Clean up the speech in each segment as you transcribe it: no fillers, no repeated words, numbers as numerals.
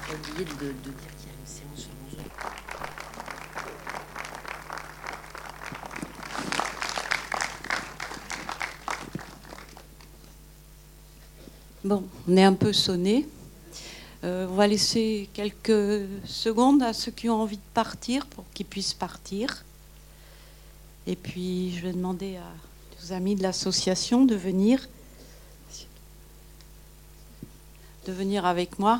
oublié de dire qu'il y a une séance sur 11 heures. Bon, on est un peu sonné. On va laisser quelques secondes à ceux qui ont envie de partir pour qu'ils puissent partir. Et puis, je vais demander aux amis de l'association de venir avec moi.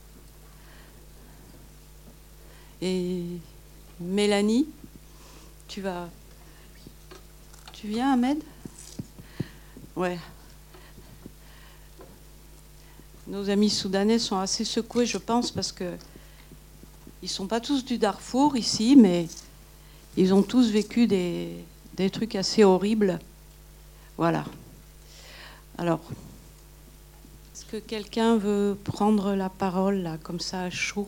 Et Mélanie, tu viens, Ahmed? Ouais. Nos amis soudanais sont assez secoués, je pense, parce que ils sont pas tous du Darfour ici, mais ils ont tous vécu des trucs assez horribles. Voilà. Alors, est-ce que quelqu'un veut prendre la parole, là, comme ça, à chaud?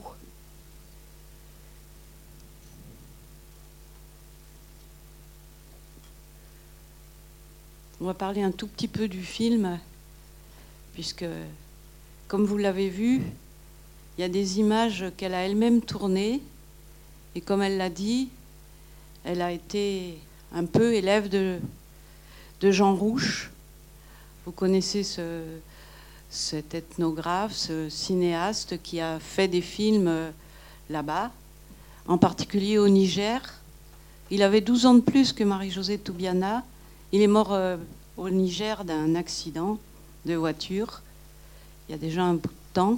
On va parler un tout petit peu du film, puisque, comme vous l'avez vu, il y a des images qu'elle a elle-même tournées, et comme elle l'a dit, elle a été un peu élève de Jean Rouch. Vous connaissez cet ethnographe, ce cinéaste qui a fait des films là-bas, en particulier au Niger. Il avait 12 ans de plus que Marie-Josée Toubiana. Il est mort au Niger d'un accident de voiture, il y a déjà un bout de temps.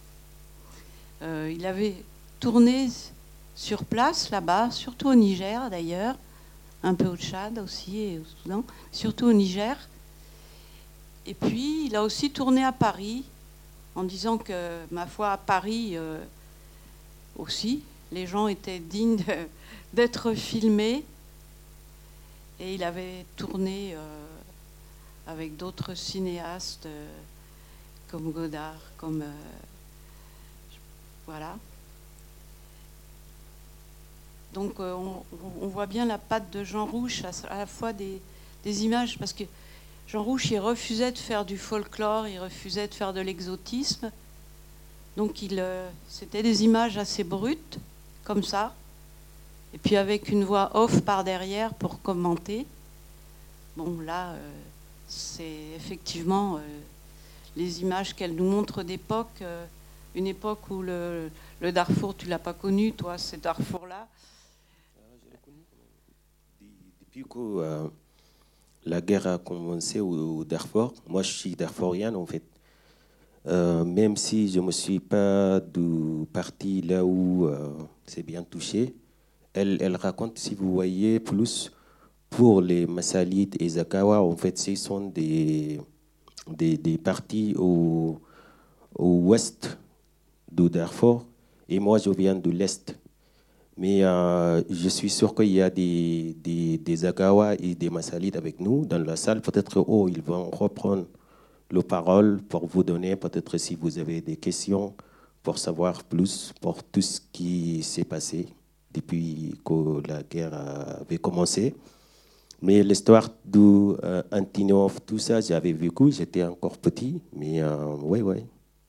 Il avait tourné sur place là-bas, surtout au Niger d'ailleurs, un peu au Tchad aussi et au Soudan, surtout au Niger. Et puis il a aussi tourné à Paris, en disant que, ma foi, à Paris aussi, les gens étaient dignes d'être filmés. Et il avait tourné avec d'autres cinéastes comme Godard, comme... voilà. Donc on voit bien la patte de Jean Rouch, à la fois des images, parce que Jean Rouch, il refusait de faire du folklore, il refusait de faire de l'exotisme. Donc c'était des images assez brutes, comme ça, et puis avec une voix off par derrière pour commenter. Bon, là, c'est effectivement les images qu'elle nous montre d'époque, une époque où le Darfour, tu ne l'as pas connu, toi, ce Darfour-là. Je l'ai connu depuis que la guerre a commencé au Darfour. Moi, je suis darfourien, en fait. Même si je ne me suis pas du parti là où c'est bien touché, elle raconte, si vous voyez, plus pour les Massalites et Zakawa, en fait, ce sont des parties au ouest du Darfour. Et moi, je viens de l'est. Mais je suis sûr qu'il y a des Zakawa et des Massalites avec nous dans la salle. Peut-être ils vont reprendre la parole pour vous donner, peut-être si vous avez des questions, pour savoir plus pour tout ce qui s'est passé depuis que la guerre avait commencé. Mais l'histoire d'Antinov, tout ça, j'avais vécu, j'étais encore petit, mais oui, oui.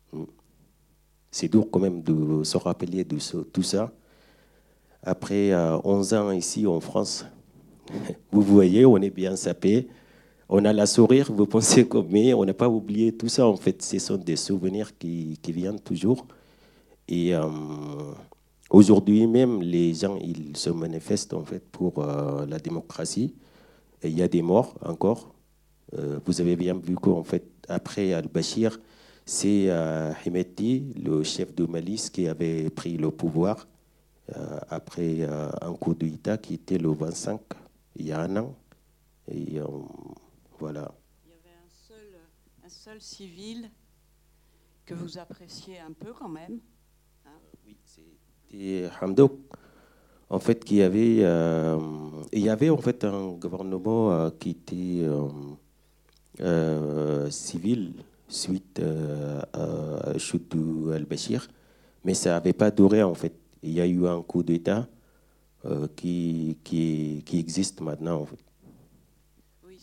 C'est dur quand même de se rappeler de tout ça. Après 11 ans ici en France, vous voyez, on est bien sapé. On a la sourire, vous pensez comme, mais on n'a pas oublié tout ça. En fait, ce sont des souvenirs qui viennent toujours. Et aujourd'hui même, les gens, ils se manifestent en fait pour la démocratie. Et il y a des morts encore. Vous avez bien vu qu'en fait, après Al-Bashir, c'est Hemeti, le chef de Mali, qui avait pris le pouvoir après un coup d'État qui était le 25, il y a un an. Et voilà. Il y avait un seul civil que vous appréciez un peu quand même. Hein. Oui, c'était Hamdok. En fait, il y avait en fait un gouvernement qui était civil suite à la chute al-Bashir, mais ça n'avait pas duré en fait. Il y a eu un coup d'État qui existe maintenant en fait. Oui,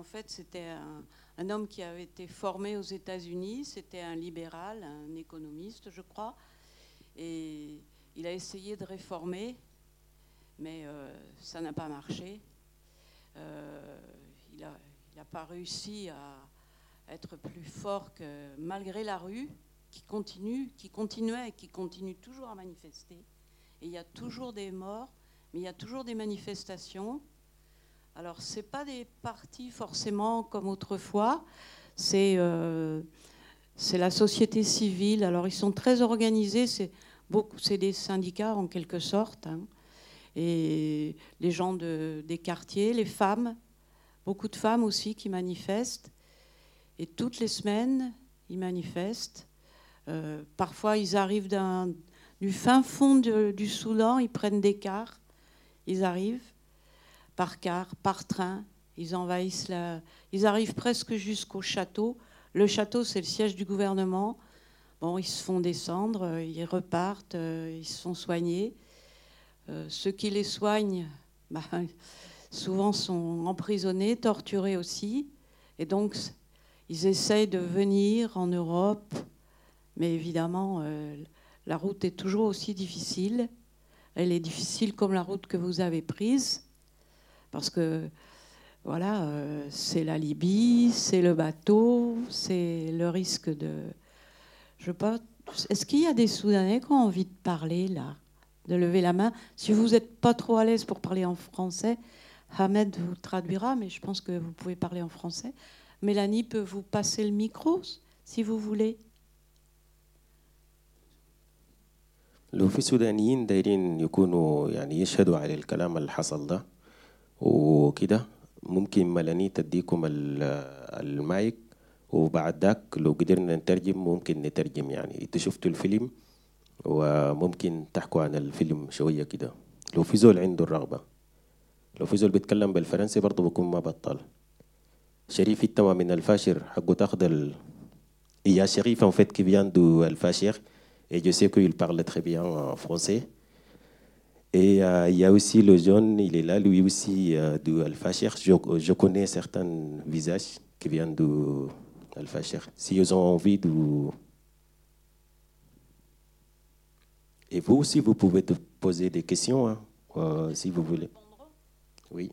c'était un homme qui avait été formé aux États-Unis, c'était un libéral, un économiste, communiste, je crois. Et il a essayé de réformer, mais ça n'a pas marché. Il n'a pas réussi à être plus fort que malgré la rue, qui continuait et qui continue toujours à manifester. Et il y a toujours des morts, mais il y a toujours des manifestations. Alors, ce n'est pas des partis forcément comme autrefois, c'est la société civile. Alors, ils sont très organisés, c'est des syndicats en quelque sorte. Hein. Et les gens des quartiers, les femmes, beaucoup de femmes aussi qui manifestent. Et toutes les semaines, ils manifestent. Parfois, ils arrivent du fin fond du Soudan, ils prennent des cars, ils arrivent par car, par train, ils envahissent ils arrivent presque jusqu'au château. Le château, c'est le siège du gouvernement. Bon, ils se font descendre, ils repartent, ils se font soigner. Ceux qui les soignent, souvent sont emprisonnés, torturés aussi. Et donc, ils essayent de venir en Europe. Mais évidemment, la route est toujours aussi difficile. Elle est difficile comme la route que vous avez prise. Parce que, voilà, c'est la Libye, c'est le bateau, c'est le risque de... Je sais pas, est-ce qu'il y a des Soudanais qui ont envie de parler, là, de lever la main? Si vous n'êtes pas trop à l'aise pour parler en français, Ahmed vous traduira, mais je pense que vous pouvez parler en français. Mélanie peut vous passer le micro, si vous voulez. لو في سودانيين دايرين يكونوا يعني يشهدوا على الكلام اللي حصل ده وكده، ممكن ملاني تديكم المايك، وبعد ذاك لو قدرنا نترجم ممكن نترجم. يعني انتوا شفتوا الفيلم وممكن تحكوا عن الفيلم شوية كده لو في زول عنده الرغبة. لو في زول بيتكلم بالفرنسي برضه بكون ما بطل. شريف انت من الفاشر حقه تاخد Il y a Chérif en fait qui vient de Al-Fashir et je sais qu'il parle très bien en français. Et il y a aussi le jeune, il est là, lui aussi de Al-Fashir. Je connais certains visages qui viennent de Al-Fashir. Si ils ont envie de... Et vous aussi, vous pouvez te poser des questions, hein, si vous voulez. Oui.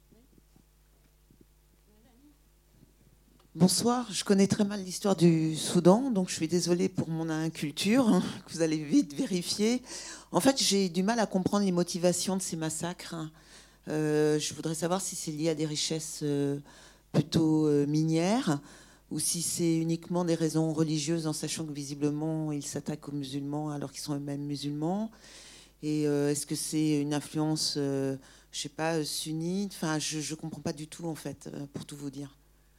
Bonsoir, je connais très mal l'histoire du Soudan, donc je suis désolée pour mon inculture, hein, que vous allez vite vérifier. En fait, j'ai du mal à comprendre les motivations de ces massacres. Je voudrais savoir si c'est lié à des richesses plutôt minières, ou si c'est uniquement des raisons religieuses, en sachant que visiblement ils s'attaquent aux musulmans alors qu'ils sont eux-mêmes musulmans. Et est-ce que c'est une influence, je sais pas, sunnite? Enfin, je comprends pas du tout en fait, pour tout vous dire.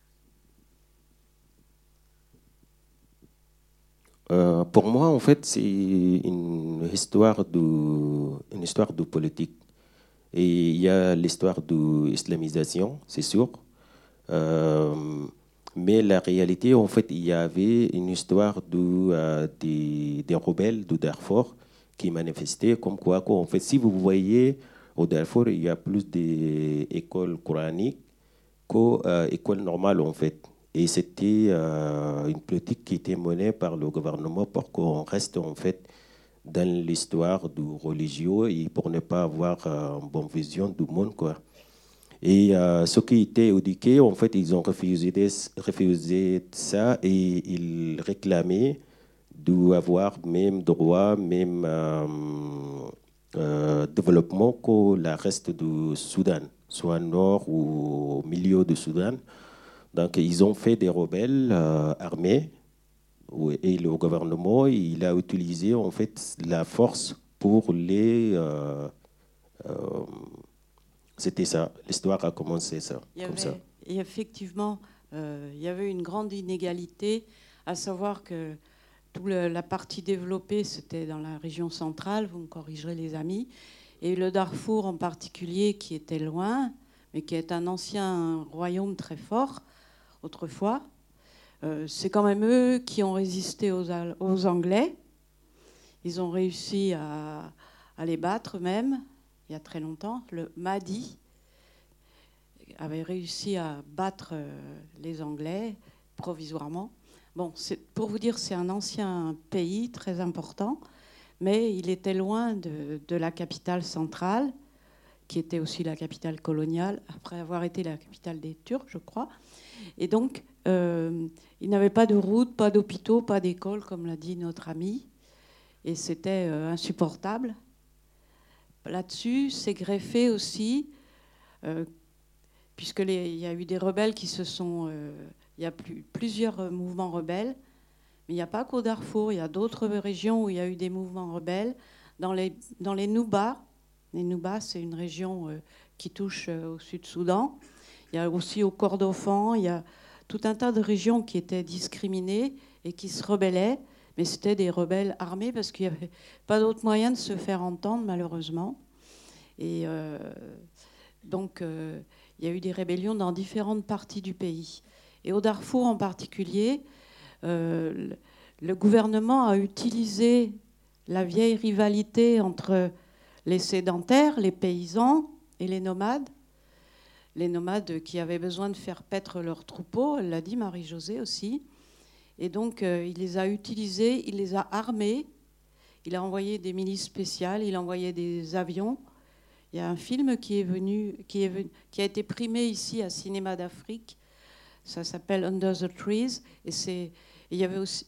Pour moi, en fait, c'est une histoire de politique. Et il y a l'histoire de l'islamisation, c'est sûr. Mais la réalité, en fait, il y avait une histoire des rebelles de Darfour qui manifestaient comme quoi, en fait, si vous voyez, au Darfour, il y a plus d'écoles coraniques qu'écoles normales, en fait. Et c'était une politique qui était menée par le gouvernement pour qu'on reste en fait dans l'histoire du religieux et pour ne pas avoir une bonne vision du monde, quoi. Et ceux qui étaient éduqués, en fait, ils ont refusé ça et ils réclamaient d'avoir même droit, même développement que le reste du Soudan, soit nord ou au milieu du Soudan. Donc, ils ont fait des rebelles armés et le gouvernement, il a utilisé en fait la force pour les... c'était ça, l'histoire a commencé ça, comme ça. Et effectivement, il y avait une grande inégalité, à savoir que toute la partie développée, c'était dans la région centrale, vous me corrigerez les amis, et le Darfour en particulier, qui était loin, mais qui est un ancien royaume très fort, autrefois. C'est quand même eux qui ont résisté aux Anglais. Ils ont réussi à les battre même, il y a très longtemps. Le Mahdi avait réussi à battre les Anglais provisoirement. Bon, pour vous dire, c'est un ancien pays très important, mais il était loin de la capitale centrale, qui était aussi la capitale coloniale, après avoir été la capitale des Turcs, je crois. Et donc, il n'avait pas de route, pas d'hôpitaux, pas d'école, comme l'a dit notre ami. Et c'était insupportable. Là-dessus, c'est greffé aussi, puisqu'il y a eu des rebelles qui se sont... il y a plusieurs mouvements rebelles, mais il n'y a pas qu'au Darfour, il y a d'autres régions où il y a eu des mouvements rebelles. Dans les Noubas, c'est une région qui touche au Sud-Soudan. Il y a aussi au Kordofan, il y a tout un tas de régions qui étaient discriminées et qui se rebellaient, mais c'était des rebelles armés parce qu'il n'y avait pas d'autre moyen de se faire entendre, malheureusement. Et donc, il y a eu des rébellions dans différentes parties du pays. Et au Darfour en particulier, le gouvernement a utilisé la vieille rivalité entre les sédentaires, les paysans et les nomades qui avaient besoin de faire paître leurs troupeaux, elle l'a dit Marie-Josée aussi. Et donc, il les a utilisés, il les a armés, il a envoyé des milices spéciales, il a envoyé des avions. Il y a un film qui a été primé ici à Cinéma d'Afrique. Ça s'appelle Under the Trees. Et il y avait aussi,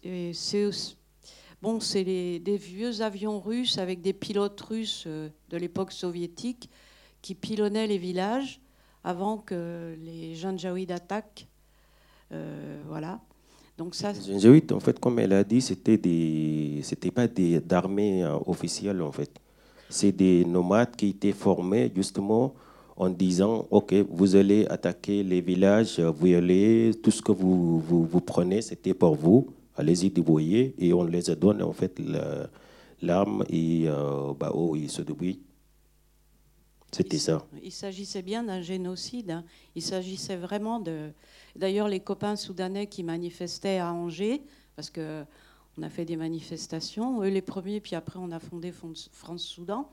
bon, c'est des vieux avions russes avec des pilotes russes de l'époque soviétique qui pilonnaient les villages avant que les Janjaouides attaquent. Voilà. Donc ça. Les Janjaouides, en fait, comme elle a dit, c'était pas d'armée officielle, en fait. C'est des nomades qui étaient formés justement en disant, OK, vous allez attaquer les villages, vous allez, tout ce que vous prenez, c'était pour vous, allez-y débrouiller, et on les donne en fait l'arme et ils se débrouillent. C'était ça. Il s'agissait bien d'un génocide. Hein. Il s'agissait vraiment de... D'ailleurs, les copains soudanais qui manifestaient à Angers, parce qu'on a fait des manifestations, eux les premiers, puis après on a fondé France-Soudan,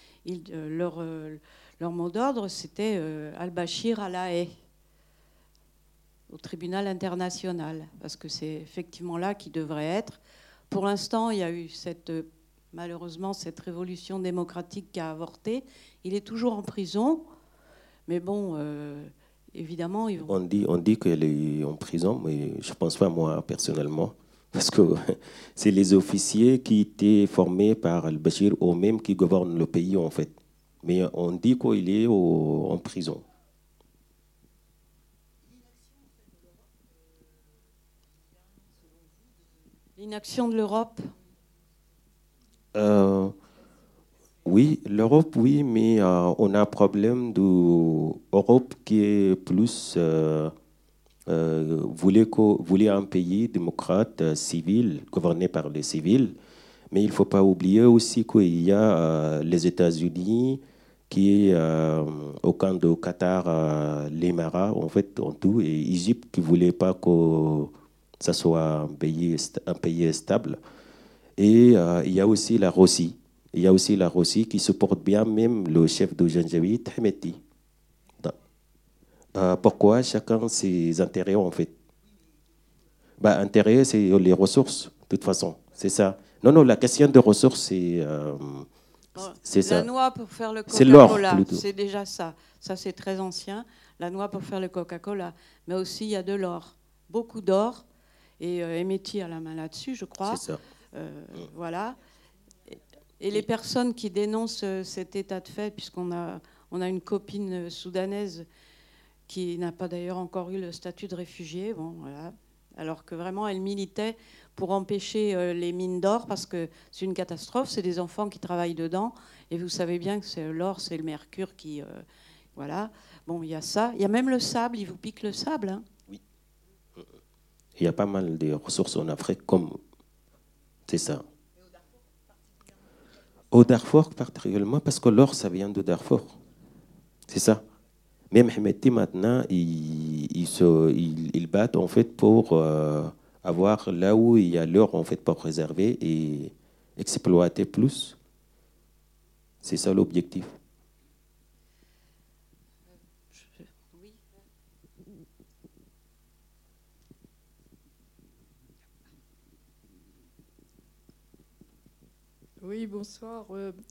leur mot d'ordre, c'était Al-Bachir à La Haye, au tribunal international, parce que c'est effectivement là qu'il devrait être. Pour l'instant, il y a eu malheureusement cette révolution démocratique qui a avorté. Il est toujours en prison, mais bon, évidemment... On dit qu'elle est en prison, mais je ne pense pas moi personnellement, parce que c'est les officiers qui étaient formés par Al-Bachir ou même qui gouvernent le pays en fait. Mais on dit qu'il est en prison. L'inaction de l'Europe. Oui, l'Europe, oui, mais on a un problème d'Europe qui est plus voulait un pays démocrate, civil, gouverné par les civils. Mais il ne faut pas oublier aussi qu'il y a les États-Unis qui est au camp de Qatar, l'Émirat, en fait, en tout, et l'Égypte qui ne voulait pas que ça soit un pays stable. Et il y a aussi la Russie. Il y a aussi la Russie qui supporte bien même le chef de Janjaweed, Hemeti. Pourquoi chacun ses intérêts en fait? Intérêt, c'est les ressources, de toute façon. C'est ça. Non, la question de ressources, c'est ça. La noix pour faire le C'est l'or, Coca-Cola, plutôt. c'est déjà ça. Ça, c'est très ancien. La noix pour faire le Coca-Cola. Mais aussi, il y a de l'or. Beaucoup d'or. Et Hemeti a la main là-dessus, je crois. C'est ça. Voilà. Et les personnes qui dénoncent cet état de fait, puisqu'on a une copine soudanaise qui n'a pas d'ailleurs encore eu le statut de réfugié, bon, voilà. Alors que vraiment elle militait pour empêcher les mines d'or, parce que c'est une catastrophe, c'est des enfants qui travaillent dedans, et vous savez bien que l'or, c'est le mercure qui... voilà. Bon, il y a ça. Il y a même le sable, ils vous piquent le sable. Hein. Oui. Il y a pas mal de ressources en Afrique, comme... C'est ça. Au Darfour, particulièrement, parce que l'or, ça vient de Darfour. C'est ça. Même Hemeti, maintenant, ils battent en fait pour avoir là où il y a l'or en fait pour préserver et exploiter plus. C'est ça l'objectif. Oui, bonsoir.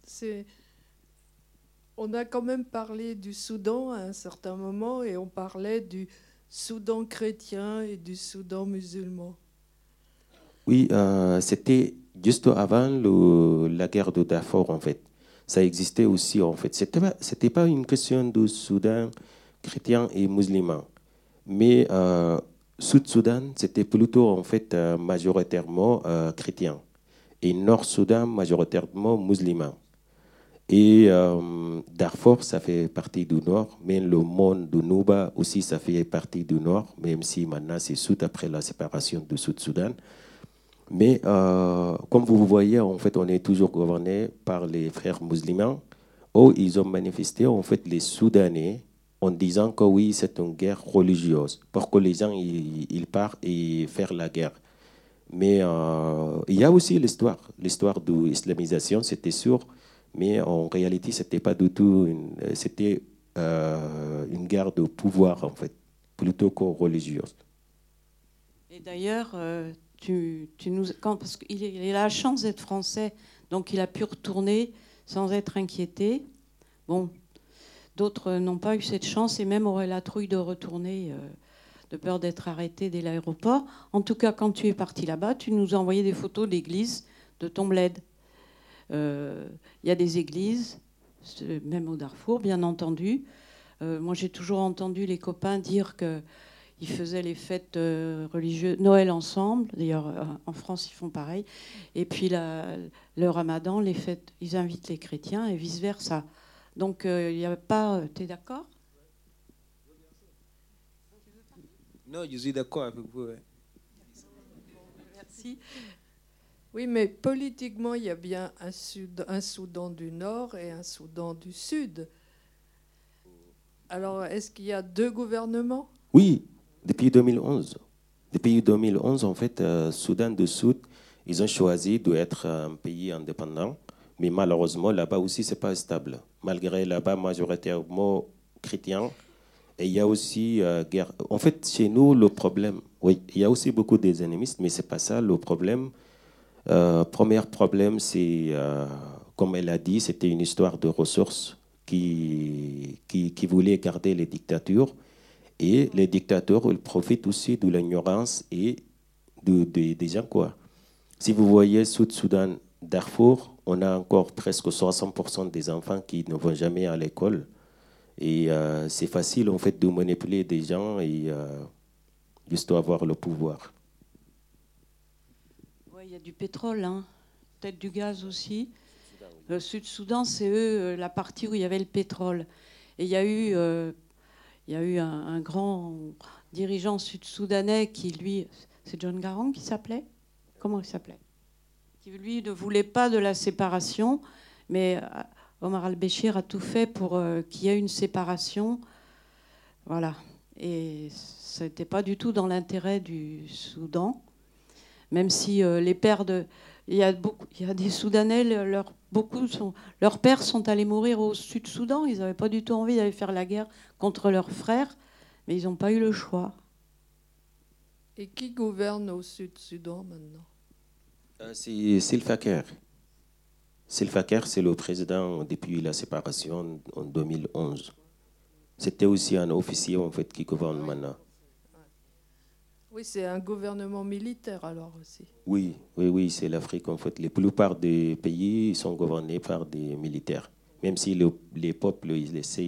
On a quand même parlé du Soudan à un certain moment et on parlait du Soudan chrétien et du Soudan musulman. Oui, c'était juste avant la guerre de Darfour, en fait. Ça existait aussi, en fait. C'était pas une question de Soudan chrétien et musulman. Mais Sud-Soudan, c'était plutôt, en fait, majoritairement chrétien. Et Nord-Soudan, majoritairement musulman. Et Darfour, ça fait partie du Nord, mais le monde de Nouba aussi, ça fait partie du Nord, même si maintenant c'est Sud après la séparation de Sud-Soudan. Mais comme vous voyez, en fait, on est toujours gouverné par les frères musulmans, où ils ont manifesté, en fait, les Soudanais, en disant que oui, c'est une guerre religieuse, pour que les gens ils partent et faire la guerre. Mais il y a aussi l'histoire de l'islamisation, c'était sûr, mais en réalité, c'était pas du tout c'était une guerre de pouvoir, en fait, plutôt que religieuse. Et d'ailleurs, parce qu'il il a la chance d'être français, donc il a pu retourner sans être inquiété. Bon, d'autres n'ont pas eu cette chance et même auraient la trouille de retourner, de peur d'être arrêté dès l'aéroport. En tout cas, quand tu es parti là-bas, tu nous as envoyé des photos d'églises de ton bled. Il y a des églises, même au Darfour, bien entendu. Moi, j'ai toujours entendu les copains dire qu'ils faisaient les fêtes religieuses, Noël ensemble. D'ailleurs, en France, ils font pareil. Et puis le Ramadan, les fêtes, ils invitent les chrétiens et vice-versa. Donc, il n'y a pas... Tu es d'accord? Non, je suis d'accord avec vous. Ouais. Merci. Oui, mais politiquement, il y a bien un Soudan du Nord et un Soudan du Sud. Alors, est-ce qu'il y a deux gouvernements? Oui, depuis 2011. Depuis 2011, en fait, Soudan du Sud, ils ont choisi d'être un pays indépendant. Mais malheureusement, là-bas aussi, c'est pas stable. Malgré là-bas, majoritairement chrétien. Et il y a aussi guerre. En fait, chez nous, le problème, oui, il y a aussi beaucoup des ennemistes, mais c'est pas ça le problème. Premier problème, c'est, comme elle a dit, c'était une histoire de ressources qui voulait garder les dictatures. Et les dictateurs, ils profitent aussi de l'ignorance et des gens, quoi. Si vous voyez Sud-Soudan, Darfour, on a encore presque 60% des enfants qui ne vont jamais à l'école. Et c'est facile, en fait, de manipuler des gens et juste avoir le pouvoir. Ouais, il y a du pétrole, hein. Peut-être du gaz aussi. Le Sud-Soudan, c'est eux, la partie où il y avait le pétrole. Et il y a eu un grand dirigeant sud-soudanais qui, lui, c'est John Garang qui s'appelait? Comment il s'appelait? Qui, lui, ne voulait pas de la séparation, mais Omar al-Béchir a tout fait pour qu'il y ait une séparation. Voilà. Et ça n'était pas du tout dans l'intérêt du Soudan, même si les pères de... Il y a des Soudanais, leurs pères sont allés mourir au Sud-Soudan. Ils n'avaient pas du tout envie d'aller faire la guerre contre leurs frères, mais ils n'ont pas eu le choix. Et qui gouverne au Sud-Soudan maintenant? C'est Salva Kiir. Salva Kiir, c'est le président depuis la séparation en 2011. C'était aussi un officier, en fait, qui gouverne maintenant. Oui, c'est un gouvernement militaire alors aussi. Oui, oui, oui, c'est l'Afrique, en fait. La plupart des pays sont gouvernés par des militaires. Même si les peuples, ils essayent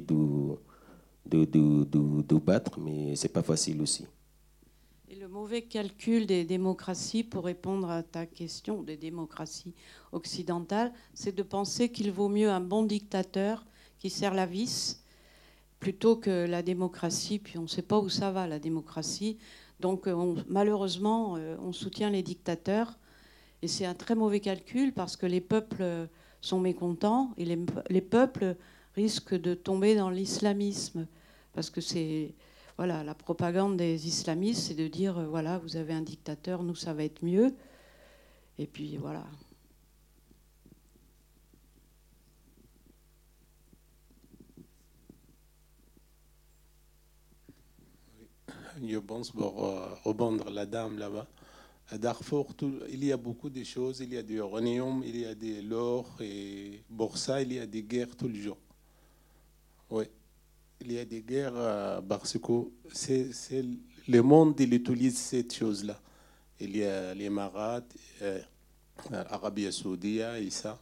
de battre, mais c'est pas facile aussi. Et le mauvais calcul des démocraties, pour répondre à ta question, des démocraties occidentales, c'est de penser qu'il vaut mieux un bon dictateur qui sert la vis plutôt que la démocratie. Puis on ne sait pas où ça va, la démocratie. Donc malheureusement, on soutient les dictateurs. Et c'est un très mauvais calcul parce que les peuples sont mécontents et les peuples risquent de tomber dans l'islamisme. Parce que c'est... Voilà, la propagande des islamistes, c'est de dire, voilà, vous avez un dictateur, nous, ça va être mieux. Et puis, voilà. Je pense pour rebondir la dame là-bas. À Darfour, il y a beaucoup de choses. Il y a du uranium, il y a de l'or. Et pour ça, il y a des guerres tout le jour. Oui, il y a des guerres parce que le monde, il utilise cette chose-là. Il y a l'Émirat, l'Arabie Saoudite et ça.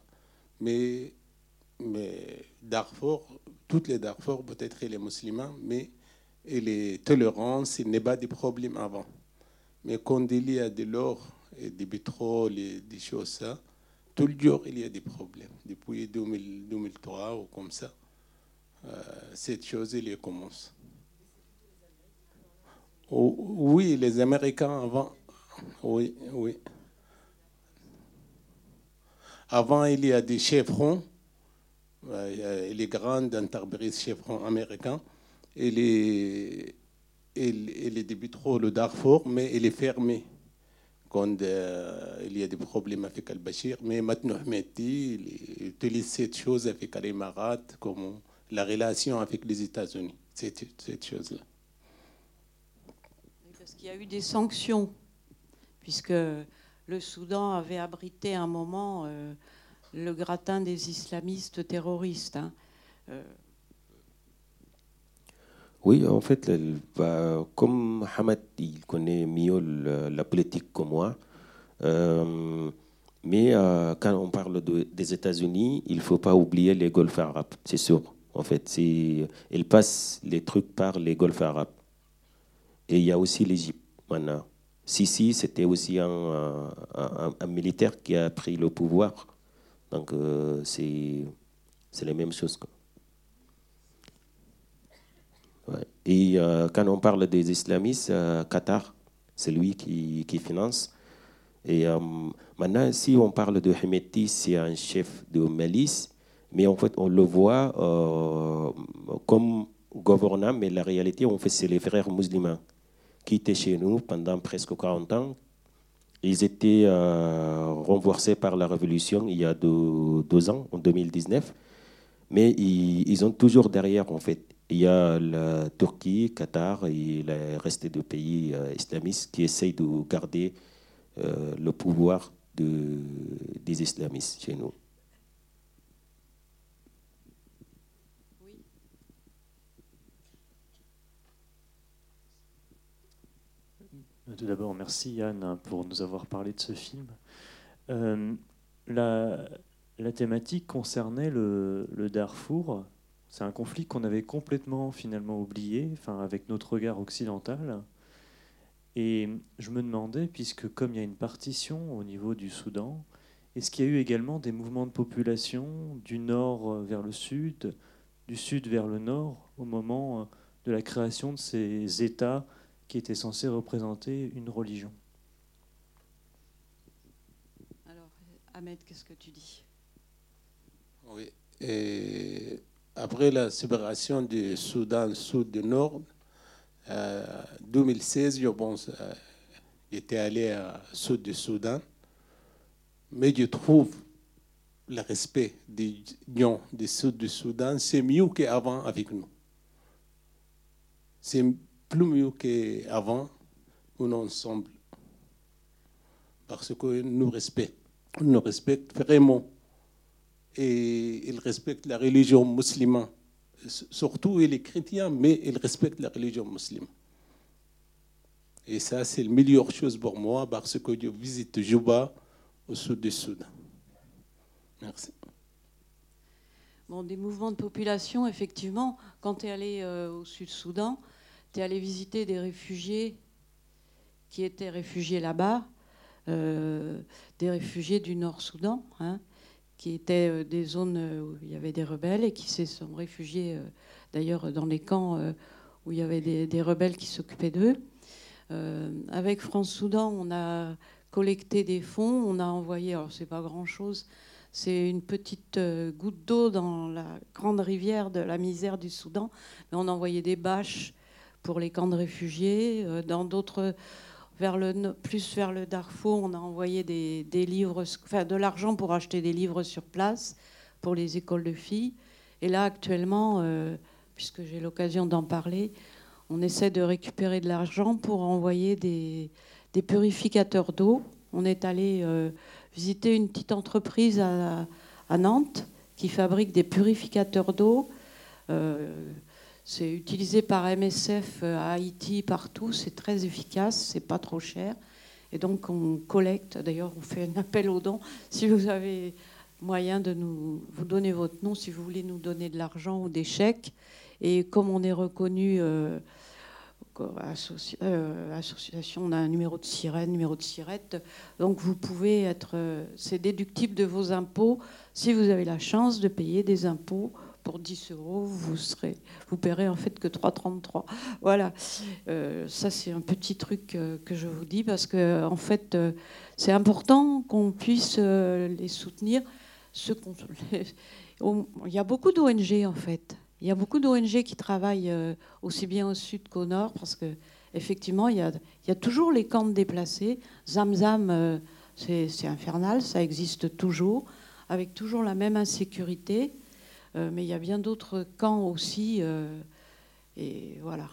Mais Darfour, toutes les Darfour, peut-être les musulmans, mais les tolérances, il n'y a pas de problème avant. Mais quand il y a de l'or et du pétrole et des choses ça, tout le jour, il y a des problèmes. Depuis 2003 ou comme ça, cette chose, elle commence. Oui, les Américains avant, oui, oui. Avant, il y a des chevrons, les grandes entreprises chevrons américains, et les débuteront le Darfour, mais il est fermé quand il y a des problèmes avec Al-Bashir. Mais maintenant, Mehdi, il utilise cette chose avec l'Émirat, comme la relation avec les États-Unis, cette chose-là. Parce qu'il y a eu des sanctions, puisque le Soudan avait abrité un moment le gratin des islamistes terroristes. Hein. Oui, en fait, comme Hamad, il connaît mieux la politique que moi. Mais quand on parle des États-Unis, il ne faut pas oublier les Golfe arabes, c'est sûr. En fait, ils passent les trucs par les Golfe arabes. Et il y a aussi l'Égypte maintenant. Sisi, c'était aussi un militaire qui a pris le pouvoir. Donc, c'est les mêmes choses, quoi. Ouais. Et quand on parle des islamistes, Qatar, c'est lui qui finance. Et maintenant, si on parle de Hemeti, c'est un chef de milice, mais en fait, on le voit comme gouvernant, mais la réalité, en fait, c'est les frères musulmans qui étaient chez nous pendant presque 40 ans. Ils étaient renversés par la révolution il y a 2 ans, en 2019, mais ils ont toujours derrière, en fait. Il y a la Turquie, Qatar et le reste des pays islamistes qui essayent de garder le pouvoir des islamistes chez nous. Oui. Tout d'abord, merci Yann pour nous avoir parlé de ce film. La thématique concernait le Darfour. C'est un conflit qu'on avait complètement finalement oublié, enfin, avec notre regard occidental. Et je me demandais, puisque comme il y a une partition au niveau du Soudan, est-ce qu'il y a eu également des mouvements de population du nord vers le sud, du sud vers le nord, au moment de la création de ces États qui étaient censés représenter une religion? Alors, Ahmed, qu'est-ce que tu dis? Oui. Et après la séparation du Soudan Sud du Nord, 2016, je pense, j'étais allé au sud du Soudan, mais je trouve le respect des gens du sud du Soudan, c'est mieux qu'avant avec nous. C'est plus mieux qu'avant, nous ensemble, parce que nous respectent vraiment, et ils respectent la religion musulmane. Surtout les chrétiens, mais ils respectent la religion musulmane. Et ça, c'est la meilleure chose pour moi parce que je visite Juba au sud du Soudan. Merci. Bon, des mouvements de population, effectivement, quand tu es allé au Sud-Soudan, tu es allé visiter des réfugiés qui étaient réfugiés là-bas, des réfugiés du Nord-Soudan, hein, qui étaient des zones où il y avait des rebelles et qui se sont réfugiés d'ailleurs dans les camps où il y avait des rebelles qui s'occupaient d'eux. Avec France Soudan, on a collecté des fonds, on a envoyé, alors c'est pas grand-chose, c'est une petite goutte d'eau dans la grande rivière de la misère du Soudan, mais on a envoyé des bâches pour les camps de réfugiés, dans d'autres... plus vers le Darfour, on a envoyé des livres, enfin de l'argent pour acheter des livres sur place pour les écoles de filles. Et là, actuellement, puisque j'ai l'occasion d'en parler, on essaie de récupérer de l'argent pour envoyer des des purificateurs d'eau. On est allé visiter une petite entreprise à Nantes qui fabrique des purificateurs d'eau. C'est utilisé par MSF à Haïti, partout. C'est très efficace, c'est pas trop cher. Et donc on collecte, d'ailleurs on fait un appel aux dons. Si vous avez moyen de vous donner votre nom, si vous voulez nous donner de l'argent ou des chèques. Et comme on est reconnu association, on a un numéro de sirène, numéro de sirette, donc vous pouvez être, c'est déductible de vos impôts. Si vous avez la chance de payer des impôts pour 10 €, vous paierez en fait que 3,33. Voilà, ça c'est un petit truc que je vous dis parce que en fait c'est important qu'on puisse les soutenir. Il y a beaucoup d'ONG en fait. Il y a beaucoup d'ONG qui travaillent aussi bien au sud qu'au nord parce que effectivement il y a toujours les camps de déplacés. Zamzam, c'est infernal, ça existe toujours, avec toujours la même insécurité. Mais il y a bien d'autres camps aussi. Et voilà.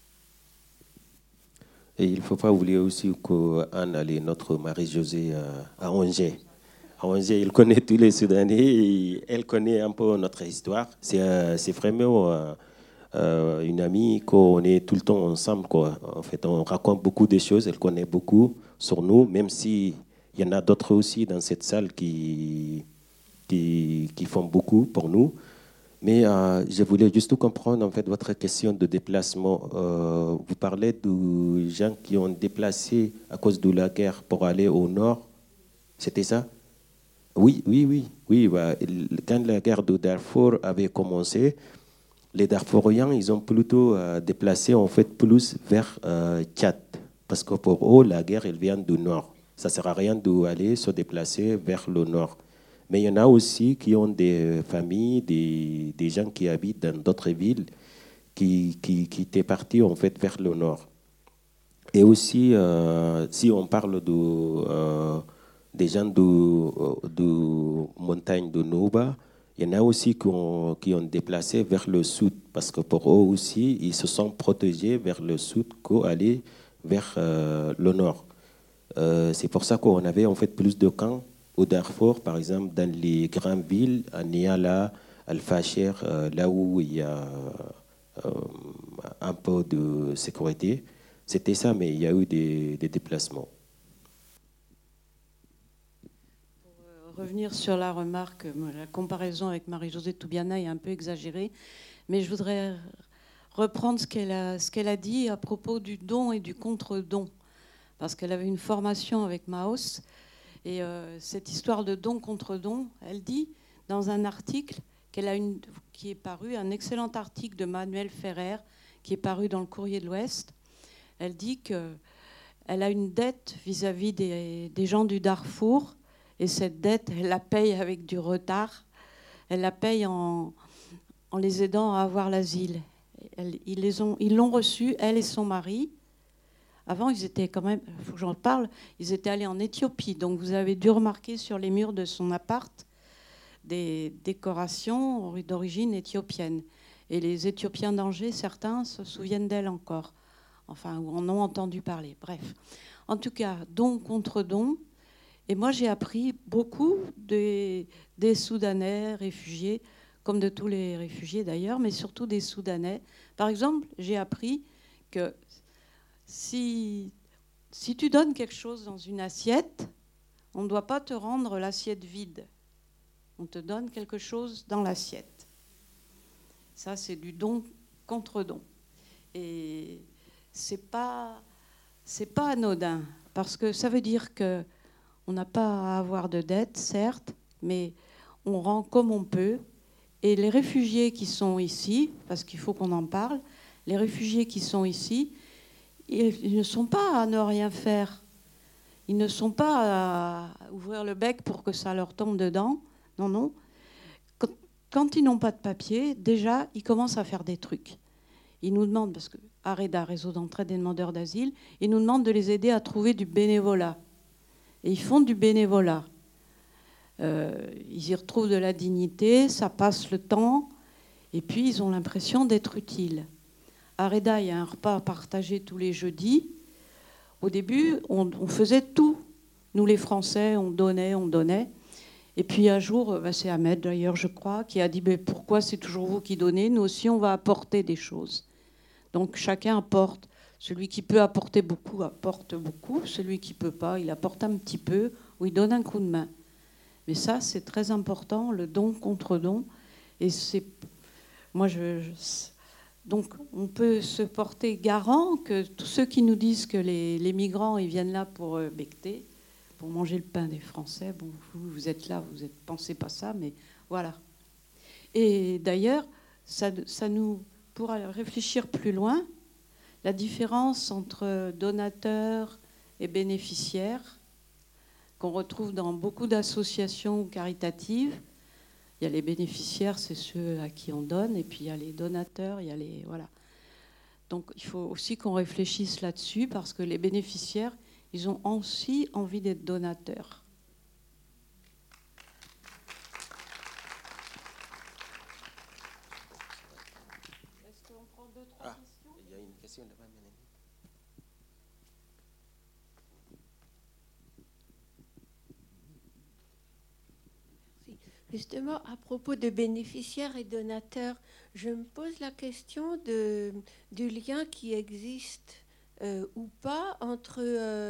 Et il ne faut pas oublier aussi qu'Anne, elle est notre Marie-Josée à Angers. À Angers, elle connaît tous les Soudanais et elle connaît un peu notre histoire. C'est vraiment une amie qu'on est tout le temps ensemble, quoi. En fait, on raconte beaucoup de choses. Elle connaît beaucoup sur nous, même s'il y en a d'autres aussi dans cette salle qui font beaucoup pour nous. Mais je voulais juste comprendre en fait votre question de déplacement. Vous parlez de gens qui ont déplacé à cause de la guerre pour aller au nord. C'était ça? Oui. Bah, quand la guerre de Darfour avait commencé, les Darfouriens, ils ont plutôt déplacé en fait plus vers Tchad. Parce que pour eux, la guerre, elle vient du nord. Ça ne sert à rien d'aller se déplacer vers le nord. Mais il y en a aussi qui ont des familles, des gens qui habitent dans d'autres villes qui étaient partis en fait vers le nord. Et aussi, si on parle des gens de montagne de Nouba, il y en a aussi qui ont déplacé vers le sud parce que pour eux aussi, ils se sont protégés vers le sud qu'aller vers le nord. C'est pour ça qu'on avait en fait plus de camps au Darfour, par exemple, dans les grandes villes, à Niala, Al-Fasher, là où il y a un peu de sécurité. C'était ça, mais il y a eu des déplacements. Pour revenir sur la remarque, la comparaison avec Marie-Josée Toubiana est un peu exagérée, mais je voudrais reprendre ce qu'elle a dit à propos du don et du contre-don, parce qu'elle avait une formation avec Maos. Et cette histoire de don contre don, elle dit dans un article qui est paru, un excellent article de Manuel Ferrer, qui est paru dans le Courrier de l'Ouest. Elle dit qu'elle a une dette vis-à-vis des gens du Darfour, et cette dette, elle la paye avec du retard. Elle la paye en les aidant à avoir l'asile. Ils l'ont reçue, elle et son mari. Avant, ils étaient quand même, il faut que j'en parle, ils étaient allés en Éthiopie. Donc vous avez dû remarquer sur les murs de son appart des décorations d'origine éthiopienne. Et les Éthiopiens d'Angers, certains se souviennent d'elle encore. Enfin, ou en ont entendu parler. Bref. En tout cas, don contre don. Et moi, j'ai appris beaucoup des Soudanais réfugiés, comme de tous les réfugiés d'ailleurs, mais surtout des Soudanais. Par exemple, j'ai appris que si tu donnes quelque chose dans une assiette, on ne doit pas te rendre l'assiette vide. On te donne quelque chose dans l'assiette. Ça, c'est du don contre don. Et c'est pas anodin, parce que ça veut dire qu'on n'a pas à avoir de dette, certes, mais on rend comme on peut. Et les réfugiés qui sont ici, parce qu'il faut qu'on en parle, les réfugiés qui sont ici, ils ne sont pas à ne rien faire. Ils ne sont pas à ouvrir le bec pour que ça leur tombe dedans. Non. Quand ils n'ont pas de papier, déjà, ils commencent à faire des trucs. Ils nous demandent, parce que AREDA, Réseau d'entraide des demandeurs d'asile, ils nous demandent de les aider à trouver du bénévolat. Et ils font du bénévolat. Ils y retrouvent de la dignité, ça passe le temps, et puis ils ont l'impression d'être utiles. À AREDA, il y a un repas partagé tous les jeudis. au début, on faisait tout. Nous, les Français, on donnait, on donnait. Et puis un jour, c'est Ahmed d'ailleurs, je crois, qui a dit pourquoi c'est toujours vous qui donnez? Nous aussi, on va apporter des choses. Donc chacun apporte. Celui qui peut apporter beaucoup, apporte beaucoup. Celui qui ne peut pas, il apporte un petit peu ou il donne un coup de main. Mais ça, c'est très important, le don contre don. Et c'est... Moi, donc on peut se porter garant que tous ceux qui nous disent que les migrants ils viennent là pour becter, pour manger le pain des Français, bon, vous êtes là, vous ne pensez pas ça, mais voilà. Et d'ailleurs, ça nous, pour réfléchir plus loin, la différence entre donateurs et bénéficiaires, qu'on retrouve dans beaucoup d'associations caritatives. Il y a les bénéficiaires, c'est ceux à qui on donne, et puis il y a les donateurs, il y a les... Voilà. Donc il faut aussi qu'on réfléchisse là-dessus, parce que les bénéficiaires, ils ont aussi envie d'être donateurs. Est-ce qu'on prend 2-3 questions? Il y a une question là-bas, Mélanie. Justement, à propos de bénéficiaires et donateurs, je me pose la question du lien qui existe ou pas entre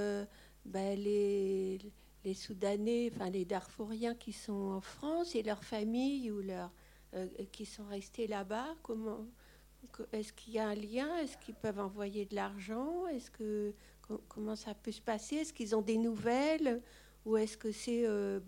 les Soudanais, enfin les Darfouriens qui sont en France et leurs familles ou qui sont restés là-bas. Est-ce qu'il y a un lien? Est-ce qu'ils peuvent envoyer de l'argent? Comment ça peut se passer? Est-ce qu'ils ont des nouvelles? Ou est-ce que c'est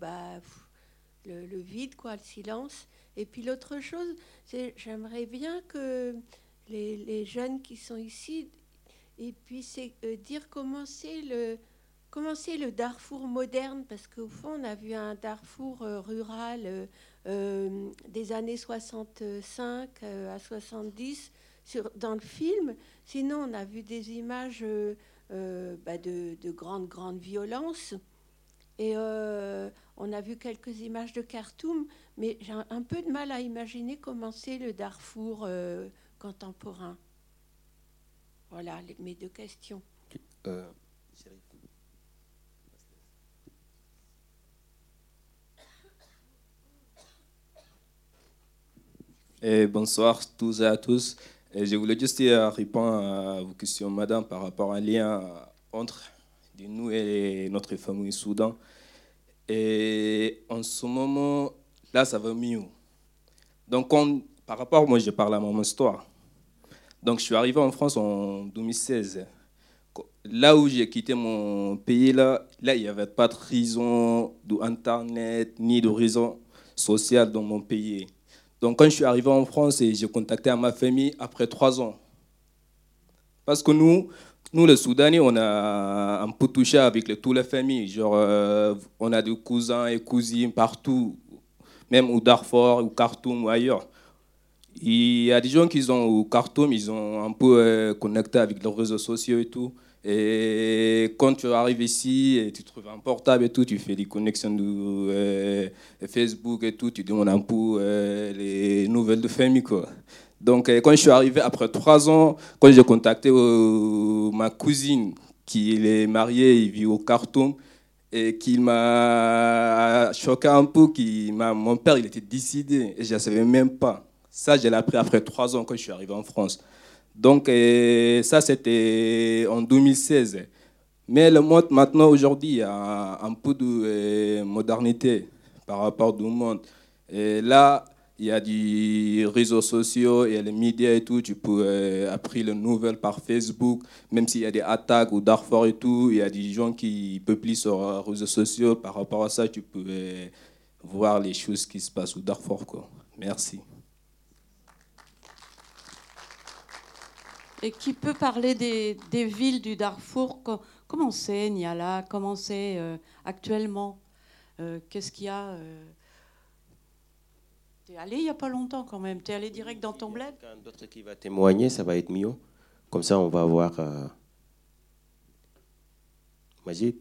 le vide, quoi, le silence? Et puis l'autre chose, c'est j'aimerais bien que les jeunes qui sont ici puissent dire comment c'est le Darfour moderne, parce qu'au fond, on a vu un Darfour rural des années 65 à 70 dans le film. Sinon, on a vu des images de grandes violences. Et on a vu quelques images de Khartoum, mais j'ai un peu de mal à imaginer comment c'est le Darfour contemporain. Voilà mes deux questions. Bonsoir tous et à tous. Je voulais juste répondre à vos questions, madame, par rapport à un lien entre nous et notre famille Soudan. Et en ce moment, là, ça va mieux. Donc, par rapport, moi, je parle à mon histoire. Donc, je suis arrivé en France en 2016. Là où j'ai quitté mon pays, là, il n'y avait pas de réseau d'Internet ni de réseau social dans mon pays. Donc, quand je suis arrivé en France, j'ai contacté ma famille après 3 ans. Parce que nous, les Soudanais, on a un peu touché avec toutes les familles. Genre, on a des cousins et cousines partout, même au Darfour, au Khartoum ou ailleurs. Il y a des gens qui sont au Khartoum, ils ont un peu connecté avec les réseaux sociaux et tout. Et quand tu arrives ici, et tu trouves un portable et tout, tu fais des connexions de Facebook et tout, tu demandes un peu les nouvelles de famille, quoi. Donc, quand je suis arrivé après 3 ans, quand j'ai contacté ma cousine qui est mariée, il vit au Khartoum, et qui m'a choqué un peu, mon père il était décédé et je ne savais même pas. Ça, je l'ai appris après 3 ans quand je suis arrivé en France. Donc, ça, c'était en 2016. Mais le monde, maintenant, aujourd'hui, il y a un peu de modernité par rapport au monde. Et là, il y a des réseaux sociaux, il y a les médias et tout. Tu peux apprendre les nouvelles par Facebook, même s'il y a des attaques au Darfour et tout. Il y a des gens qui peuplent sur les réseaux sociaux. Par rapport à ça, tu peux voir les choses qui se passent au Darfour, quoi. Merci. Et qui peut parler des villes du Darfour? Comment c'est, Niala? Comment c'est actuellement? Qu'est-ce qu'il y a T'es allé il n'y a pas longtemps quand même. T'es allé direct dans ton bled? Quelqu'un d'autre qui va témoigner, ça va être mieux. Comme ça, on va voir. Majid.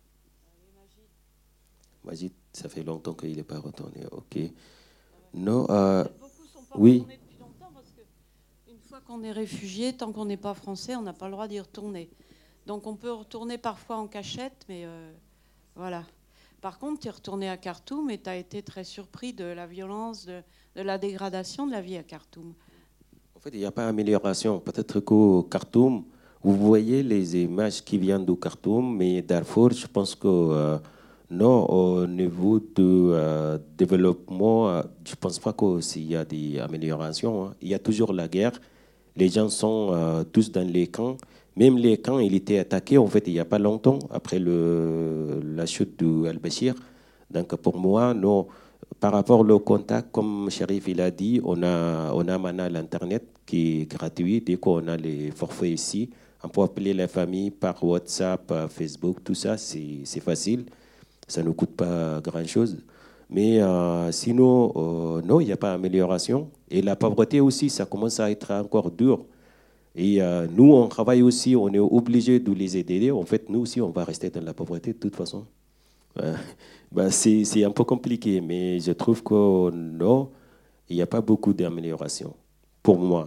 Majid, ça fait longtemps qu'il n'est pas retourné. Ok. Non. Beaucoup sont pas Oui. retournés depuis longtemps parce qu'une fois qu'on est réfugié, tant qu'on n'est pas français, on n'a pas le droit d'y retourner. Donc on peut retourner parfois en cachette, mais voilà. Par contre, tu es retourné à Khartoum et tu as été très surpris de la violence, de la dégradation de la vie à Khartoum. En fait, il n'y a pas d'amélioration. Peut-être qu'au Khartoum, vous voyez les images qui viennent du Khartoum, mais Darfour, je pense que non, au niveau du développement, je ne pense pas qu'il y a des améliorations. Hein. Il y a toujours la guerre. Les gens sont tous dans les camps. Même les camps, ils étaient attaqués, en fait, il n'y a pas longtemps, après la chute d'Al-Bashir. Donc, pour moi, non. Par rapport au contact, comme Sharif il a dit, on a maintenant l'Internet qui est gratuit. Dès qu'on a les forfaits ici, on peut appeler la famille par WhatsApp, Facebook, tout ça, c'est facile. Ça ne coûte pas grand-chose. Mais sinon, non, il n'y a pas d'amélioration. Et la pauvreté aussi, ça commence à être encore dur. Et nous, on travaille aussi, on est obligé de les aider. En fait, nous aussi, on va rester dans la pauvreté de toute façon. C'est un peu compliqué, mais je trouve que non, il n'y a pas beaucoup d'amélioration, pour moi.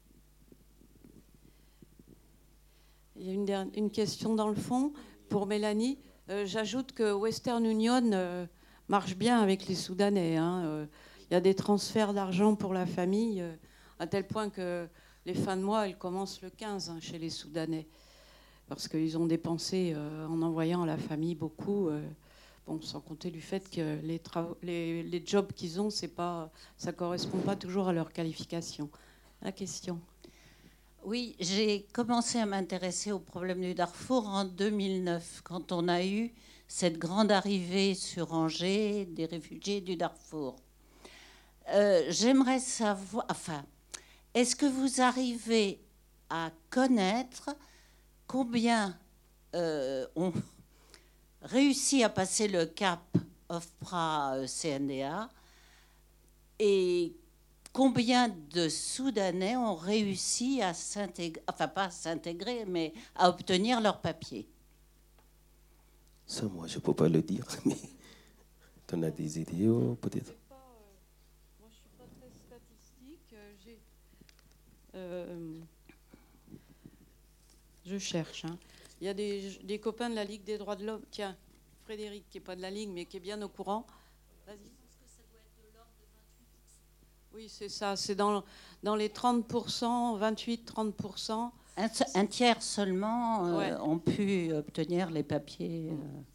Il y a une question dans le fond pour Mélanie. J'ajoute que Western Union marche bien avec les Soudanais. Hein. Il y a des transferts d'argent pour la famille, à tel point que les fins de mois, elles commencent le 15 hein, chez les Soudanais. Parce qu'ils ont dépensé en envoyant à la famille beaucoup. Bon, sans compter du fait que les jobs qu'ils ont, ça ne correspond pas toujours à leur qualification. La question. Oui, j'ai commencé à m'intéresser au problème du Darfour en 2009, quand on a eu cette grande arrivée sur Angers des réfugiés du Darfour. J'aimerais savoir, est-ce que vous arrivez à connaître combien ont réussi à passer le cap OFPRA-CNDA et combien de Soudanais ont réussi à s'intégrer, enfin pas à s'intégrer, mais à obtenir leur papier? Ça, moi, je ne peux pas le dire, mais tu en as des idées, peut-être? Moi, je ne suis pas très statistique. Je cherche. Hein. Il y a des copains de la Ligue des droits de l'homme. Tiens, Frédéric, qui n'est pas de la Ligue, mais qui est bien au courant. Vas-y. Oui, c'est ça. C'est dans les 30%, 28-30%. Un tiers seulement ont pu obtenir les papiers.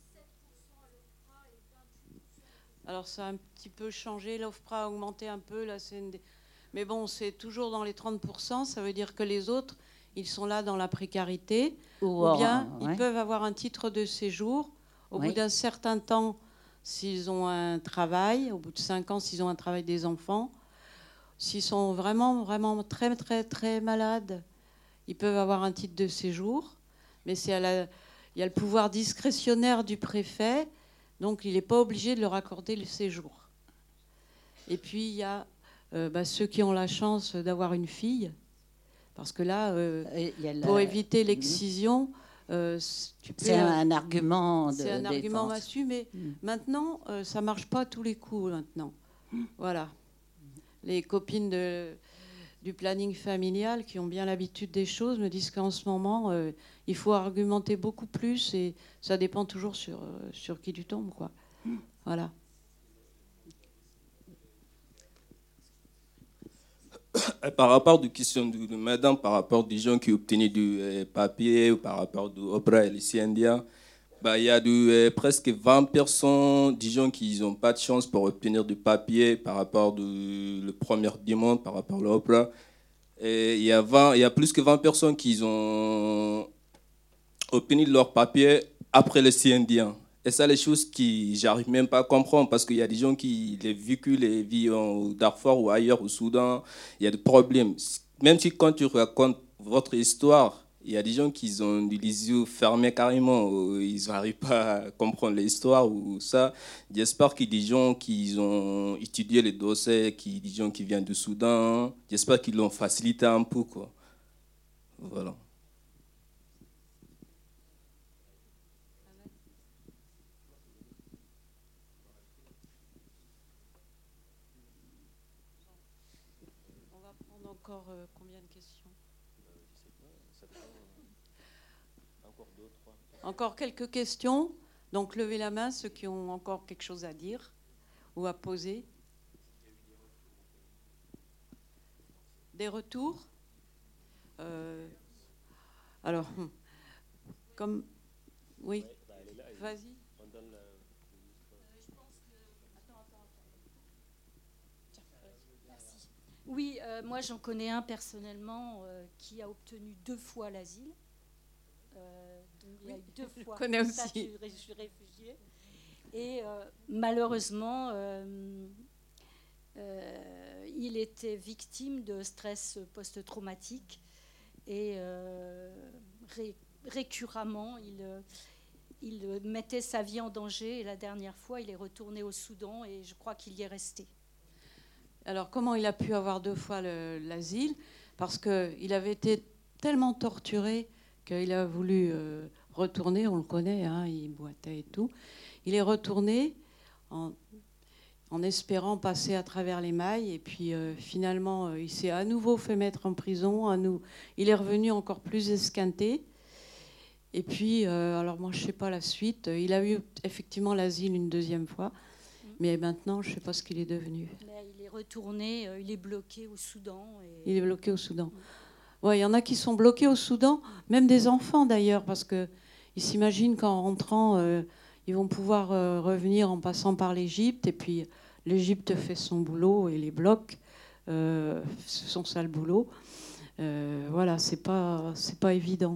Alors, ça a un petit peu changé. L'OFPRA a augmenté un peu. La CND. Mais bon, c'est toujours dans les 30%. Ça veut dire que les autres, ils sont là dans la précarité. Ou bien, ils peuvent avoir un titre de séjour. Au bout d'un certain temps, s'ils ont un travail, au bout de 5 ans, s'ils ont un travail des enfants, s'ils sont vraiment, vraiment très, très, très malades, ils peuvent avoir un titre de séjour. Mais il y a le pouvoir discrétionnaire du préfet, donc il n'est pas obligé de leur accorder le séjour. Et puis, il y a ceux qui ont la chance d'avoir une fille, parce que là, pour éviter l'excision, c'est un argument de c'est un argument massu, mais maintenant, ça ne marche pas à tous les coups, maintenant. Voilà. Les copines du planning familial qui ont bien l'habitude des choses me disent qu'en ce moment, il faut argumenter beaucoup plus et ça dépend toujours sur qui tu tombes, quoi. Voilà. Par rapport aux questions de madame, par rapport des gens qui obtenaient du papier ou par rapport au OPRA et les CNDA, il y a presque 20% des gens qui n'ont pas de chance pour obtenir du papier par rapport la première demande, par rapport à l'OPRA. Et il y a plus que 20 personnes qui ont obtenu leur papier après le CNDA. Et ça, les choses que j'arrive même pas à comprendre parce qu'il y a des gens qui les vécu les vies au Darfour ou ailleurs au Soudan, il y a des problèmes. Même si quand tu racontes votre histoire, il y a des gens qui ont les yeux fermés carrément, ils n'arrivent pas à comprendre l'histoire ou ça. J'espère qu'il y a des gens qui ont étudié les dossiers, des gens qui viennent du Soudan, j'espère qu'ils l'ont facilité un peu, quoi. Voilà. Encore combien de questions? Encore quelques questions. Donc levez la main ceux qui ont encore quelque chose à dire ou à poser. Des retours alors, comme... Oui, vas-y. Oui, moi j'en connais un personnellement qui a obtenu 2 fois l'asile. Donc il y a eu 2 fois. Je connais aussi. Je suis réfugiée. Et malheureusement, il était victime de stress post-traumatique et récurremment, il mettait sa vie en danger. Et la dernière fois, il est retourné au Soudan et je crois qu'il y est resté. Alors, comment il a pu avoir 2 fois l'asile? Parce qu'il avait été tellement torturé qu'il a voulu retourner. On le connaît, hein, il boitait et tout. Il est retourné en espérant passer à travers les mailles. Et puis, finalement, il s'est à nouveau fait mettre en prison. Il est revenu encore plus esquinté. Et puis, alors moi, je ne sais pas la suite. Il a eu effectivement l'asile une 2e fois. Mais maintenant, je ne sais pas ce qu'il est devenu. Il est retourné, il est bloqué au Soudan. Il est bloqué au Soudan. Ouais, il y en a qui sont bloqués au Soudan, même des enfants d'ailleurs, parce qu'ils s'imaginent qu'en rentrant, ils vont pouvoir revenir en passant par l'Égypte. Et puis, l'Égypte fait son boulot et les bloque. Son sale boulot. Voilà, c'est pas évident.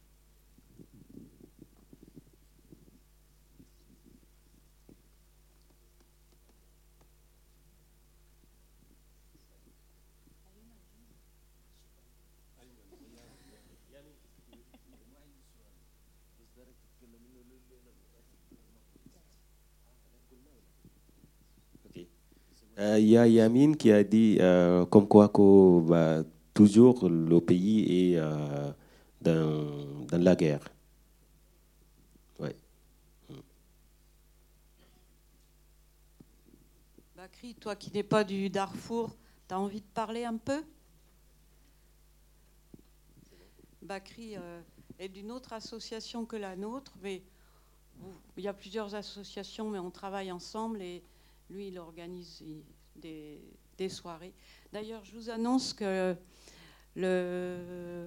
Il y a Yamine qui a dit comme quoi que toujours le pays est dans la guerre. Ouais. Bakri, toi qui n'es pas du Darfour, tu as envie de parler un peu? Bakri est d'une autre association que la nôtre, mais il y a plusieurs associations, mais on travaille ensemble et lui, il organise des soirées. D'ailleurs, je vous annonce que le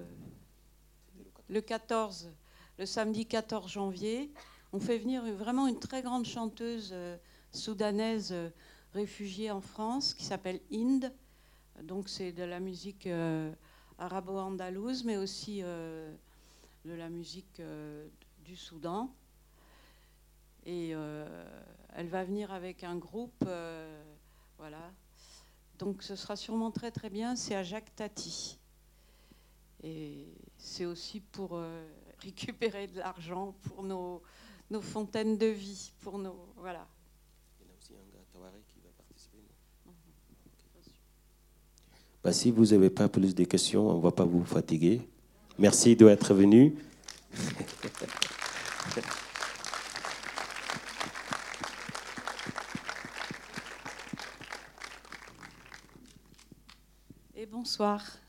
14, le samedi 14 janvier, on fait venir vraiment une très grande chanteuse soudanaise réfugiée en France qui s'appelle Inde. Donc c'est de la musique arabo-andalouse, mais aussi de la musique du Soudan. Et elle va venir avec un groupe, voilà. Donc ce sera sûrement très très bien. C'est à Jacques Tati. Et c'est aussi pour récupérer de l'argent pour nos fontaines de vie, pour nos voilà. Il y a aussi un gars Tawaré qui va participer. Si vous n'avez pas plus de questions, on ne va pas vous fatiguer. Merci d'être venu. Et bonsoir.